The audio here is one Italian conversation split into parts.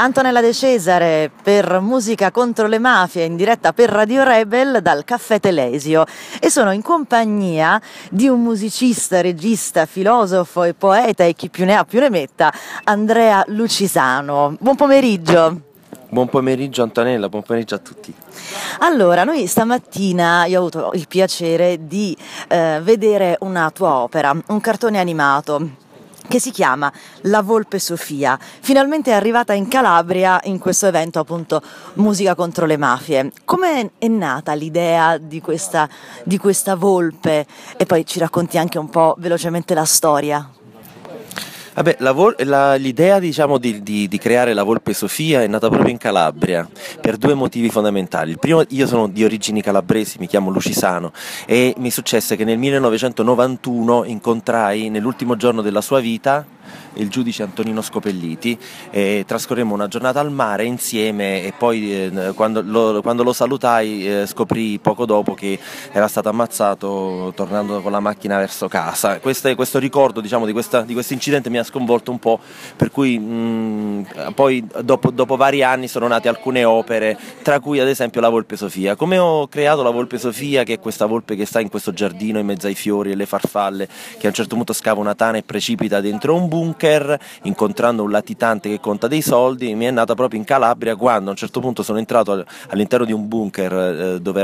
Antonella De Cesare per Musica contro le mafie in diretta per Radio Rebel dal Caffè Telesio e sono in compagnia di un musicista, regista, filosofo e poeta e chi più ne ha più ne metta, Andrea Lucisano. Buon pomeriggio. Buon pomeriggio Antonella, buon pomeriggio a tutti. Allora, noi stamattina io ho avuto il piacere di vedere una tua opera, un cartone animato che si chiama La Volpe Sofia. Finalmente è arrivata in Calabria in questo evento, appunto, Musica contro le mafie. Come è nata l'idea di questa volpe? E poi ci racconti anche un po' velocemente la storia. Vabbè, l'idea di creare la Volpe Sofia è nata proprio in Calabria per due motivi fondamentali. Il primo, io sono di origini calabresi, mi chiamo Lucisano e mi successe che nel 1991 incontrai nell'ultimo giorno della sua vita il giudice Antonino Scopelliti e trascorremmo una giornata al mare insieme e poi quando lo salutai scoprì poco dopo che era stato ammazzato tornando con la macchina verso casa. Questo ricordo di questo incidente mi ha sconvolto un po', per cui poi dopo vari anni sono nate alcune opere, tra cui ad esempio La Volpe Sofia. Come ho creato La Volpe Sofia, che è questa volpe che sta in questo giardino in mezzo ai fiori e le farfalle, che a un certo punto scava una tana e precipita dentro un bunker incontrando un latitante che conta dei soldi, mi è nata proprio in Calabria quando a un certo punto sono entrato all'interno di un bunker dove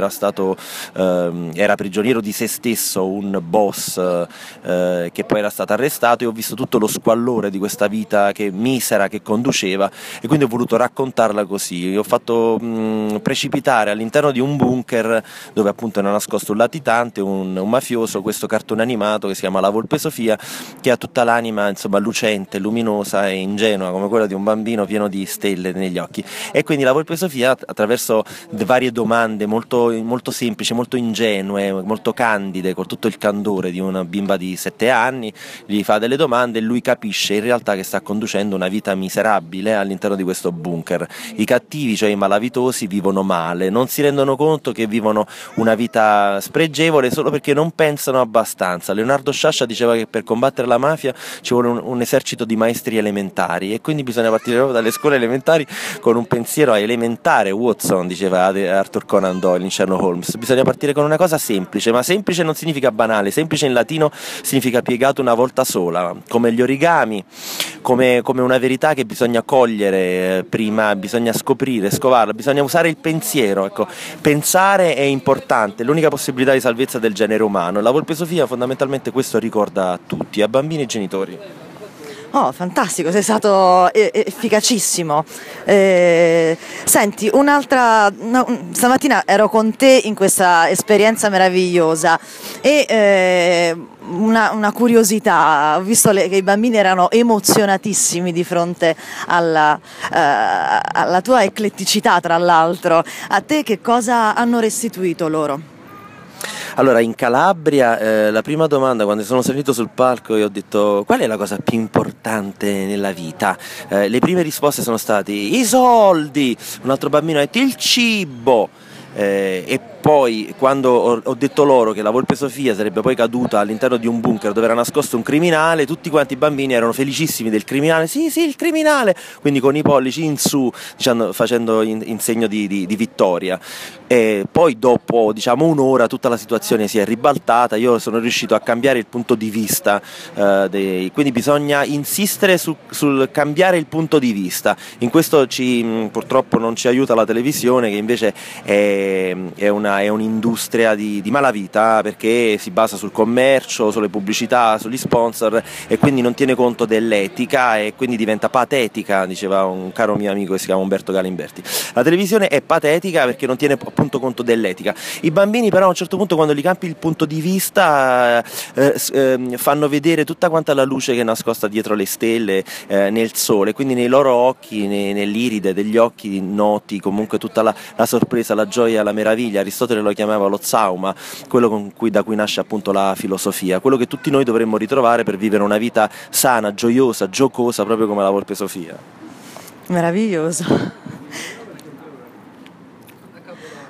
era prigioniero di se stesso un boss che poi era stato arrestato, e ho visto tutto lo squallore di questa vita misera che conduceva, e quindi ho voluto raccontarla così. Ho fatto precipitare all'interno di un bunker dove appunto era nascosto un latitante, un mafioso, questo cartone animato che si chiama La Volpe Sofia, che ha tutta l'anima lucente, luminosa e ingenua come quella di un bambino pieno di stelle negli occhi. E quindi La Volpe Sofia, attraverso varie domande molto, molto semplici, molto ingenue, molto candide, con tutto il candore di una bimba di 7 anni, gli fa delle domande e lui capisce in realtà che sta conducendo una vita miserabile all'interno di questo bunker. I cattivi, cioè i malavitosi, vivono male, non si rendono conto che vivono una vita spregevole solo perché non pensano abbastanza. Leonardo Sciascia diceva che per combattere la mafia ci vuole un esercito di maestri elementari, e quindi bisogna partire proprio dalle scuole elementari con un pensiero elementare. Watson, diceva Arthur Conan Doyle in Sherlock Holmes, bisogna partire con una cosa semplice, ma semplice non significa banale, semplice in latino significa piegato una volta sola, come gli origami, come una verità che bisogna cogliere prima, bisogna scoprire, scovarla, bisogna usare il pensiero. Ecco, pensare è importante, l'unica possibilità di salvezza del genere umano. La Volpe Sofia fondamentalmente questo ricorda a tutti, a bambini e genitori. Oh, fantastico, sei stato efficacissimo. Senti, stamattina ero con te in questa esperienza meravigliosa e una curiosità, ho visto che i bambini erano emozionatissimi di fronte alla tua ecletticità, tra l'altro. A te che cosa hanno restituito loro? Allora, in Calabria la prima domanda quando sono salito sul palco io ho detto: qual è la cosa più importante nella vita? Le prime risposte sono state i soldi, un altro bambino ha detto il cibo, e poi quando ho detto loro che la Volpe Sofia sarebbe poi caduta all'interno di un bunker dove era nascosto un criminale, tutti quanti i bambini erano felicissimi del criminale. Sì, il criminale, quindi con i pollici in su, facendo in segno di vittoria. E poi dopo un'ora tutta la situazione si è ribaltata, io sono riuscito a cambiare il punto di vista, quindi bisogna insistere sul cambiare il punto di vista. In questo purtroppo non ci aiuta la televisione, che invece è un'industria di malavita, perché si basa sul commercio, sulle pubblicità, sugli sponsor, e quindi non tiene conto dell'etica e quindi diventa patetica, diceva un caro mio amico che si chiama Umberto Galimberti. La televisione è patetica perché non tiene appunto conto dell'etica. I bambini però a un certo punto, quando gli cambi il punto di vista, fanno vedere tutta quanta la luce che è nascosta dietro le stelle, nel sole, quindi nei loro occhi, nell'iride degli occhi noti comunque tutta la sorpresa, la gioia, la meraviglia. Aristotele lo chiamava lo zauma, quello da cui nasce appunto la filosofia, quello che tutti noi dovremmo ritrovare per vivere una vita sana, gioiosa, giocosa, proprio come la Volpe Sofia. Meraviglioso.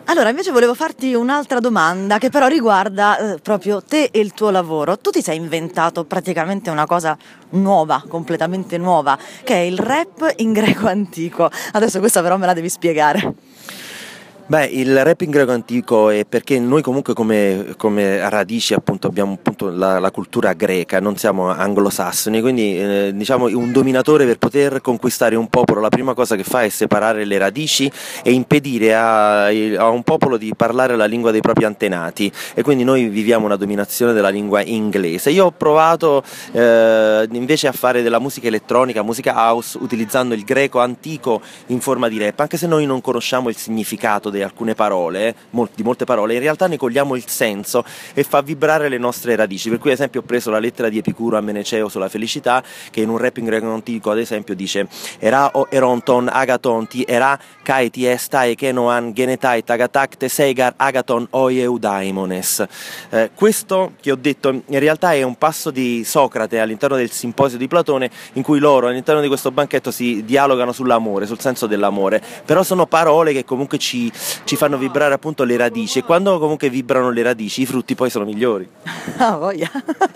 Allora, invece volevo farti un'altra domanda che però riguarda proprio te e il tuo lavoro. Tu ti sei inventato praticamente una cosa nuova, completamente nuova, che è il rap in greco antico. Adesso questa però me la devi spiegare. Beh, il rap in greco antico è perché noi comunque come radici appunto abbiamo appunto la cultura greca, non siamo anglosassoni, quindi diciamo un dominatore per poter conquistare un popolo la prima cosa che fa è separare le radici e impedire a un popolo di parlare la lingua dei propri antenati, e quindi noi viviamo una dominazione della lingua inglese. Io ho provato invece a fare della musica elettronica, musica house, utilizzando il greco antico in forma di rap, anche se noi non conosciamo il significato di alcune parole, di molte parole, in realtà ne cogliamo il senso e fa vibrare le nostre radici. Per cui ad esempio ho preso la lettera di Epicuro a Meneceo sulla felicità, che in un rap in greco antico ad esempio dice era o eronton agaton ti era kai ti estai kenoan genetai tagatak te seigar agaton oieudaimones. Questo che ho detto in realtà è un passo di Socrate all'interno del simposio di Platone, in cui loro all'interno di questo banchetto si dialogano sull'amore, sul senso dell'amore, però sono parole che comunque ci fanno vibrare appunto le radici, e quando comunque vibrano le radici i frutti poi sono migliori. Ah, voglia.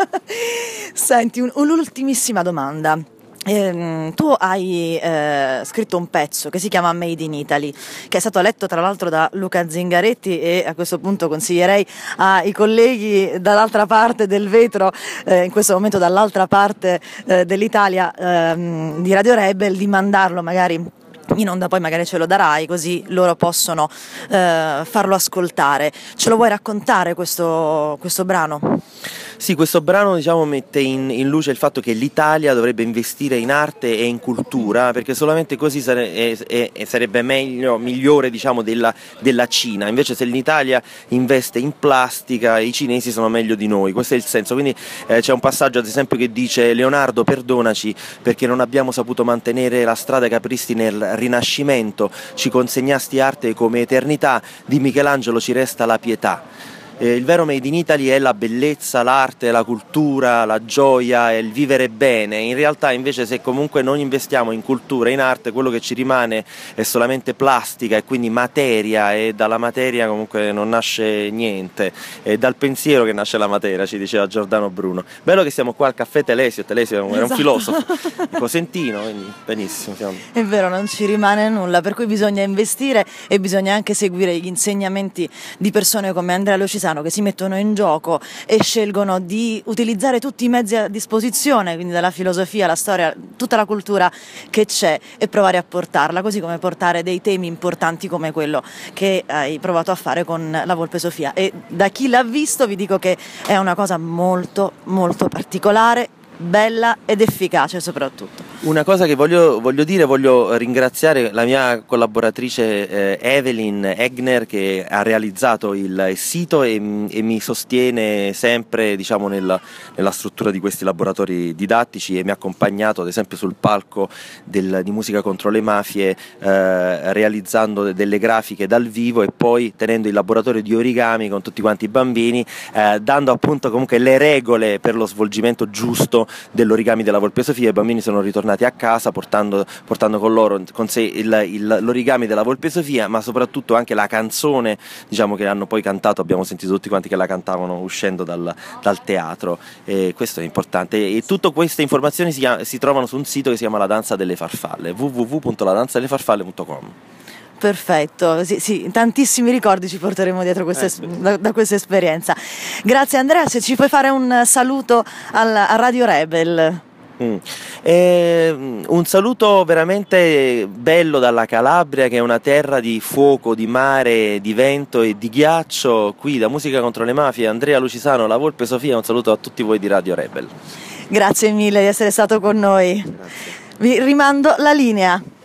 Senti, un'ultimissima domanda. Tu hai scritto un pezzo che si chiama Made in Italy, che è stato letto tra l'altro da Luca Zingaretti, e a questo punto consiglierei ai colleghi dall'altra parte del vetro, in questo momento dall'altra parte dell'Italia, di Radio Rebel, di mandarlo magari in onda, poi magari ce lo darai così loro possono farlo ascoltare. Ce lo vuoi raccontare questo brano? Sì, questo brano diciamo mette in luce il fatto che l'Italia dovrebbe investire in arte e in cultura, perché solamente così sarebbe migliore diciamo della Cina. Invece se l'Italia investe in plastica i cinesi sono meglio di noi, questo è il senso. Quindi c'è un passaggio ad esempio che dice: Leonardo, perdonaci perché non abbiamo saputo mantenere la strada che apristi nel Rinascimento, ci consegnasti arte come eternità, di Michelangelo ci resta la pietà. Il vero Made in Italy è la bellezza, l'arte, la cultura, la gioia, è il vivere bene. In realtà invece se comunque non investiamo in cultura e in arte, quello che ci rimane è solamente plastica e quindi materia, e dalla materia comunque non nasce niente. È dal pensiero che nasce la materia, ci diceva Giordano Bruno. Bello che siamo qua al caffè Telesio era un filosofo, cosentino, quindi benissimo. È vero, non ci rimane nulla, per cui bisogna investire e bisogna anche seguire gli insegnamenti di persone come Andrea Locisano, che si mettono in gioco e scelgono di utilizzare tutti i mezzi a disposizione, quindi dalla filosofia, la storia, tutta la cultura che c'è, e provare a portarla, così come portare dei temi importanti come quello che hai provato a fare con La Volpe Sofia. E da chi l'ha visto vi dico che è una cosa molto molto particolare, bella ed efficace soprattutto. Una cosa che voglio dire, voglio ringraziare la mia collaboratrice Evelyn Egner, che ha realizzato il sito e mi sostiene sempre diciamo nella struttura di questi laboratori didattici, e mi ha accompagnato ad esempio sul palco di Musica contro le mafie, realizzando delle grafiche dal vivo e poi tenendo il laboratorio di origami con tutti quanti i bambini, dando appunto comunque le regole per lo svolgimento giusto dell'origami della Volpe Sofia. I bambini sono ritornati a casa portando con sé l'origami della Volpe Sofia, ma soprattutto anche la canzone diciamo che hanno poi cantato, abbiamo sentito tutti quanti che la cantavano uscendo dal teatro, e questo è importante. E tutte queste informazioni si trovano su un sito che si chiama La Danza delle Farfalle, www.ladanzadellefarfalle.com. Perfetto, sì, tantissimi ricordi ci porteremo dietro da questa esperienza. Grazie Andrea, se ci puoi fare un saluto a Radio Rebel. Un saluto veramente bello dalla Calabria, che è una terra di fuoco, di mare, di vento e di ghiaccio. Qui da Musica contro le mafie, Andrea Lucisano, La Volpe Sofia, un saluto a tutti voi di Radio Rebel. Grazie mille di essere stato con noi. Grazie. Vi rimando la linea.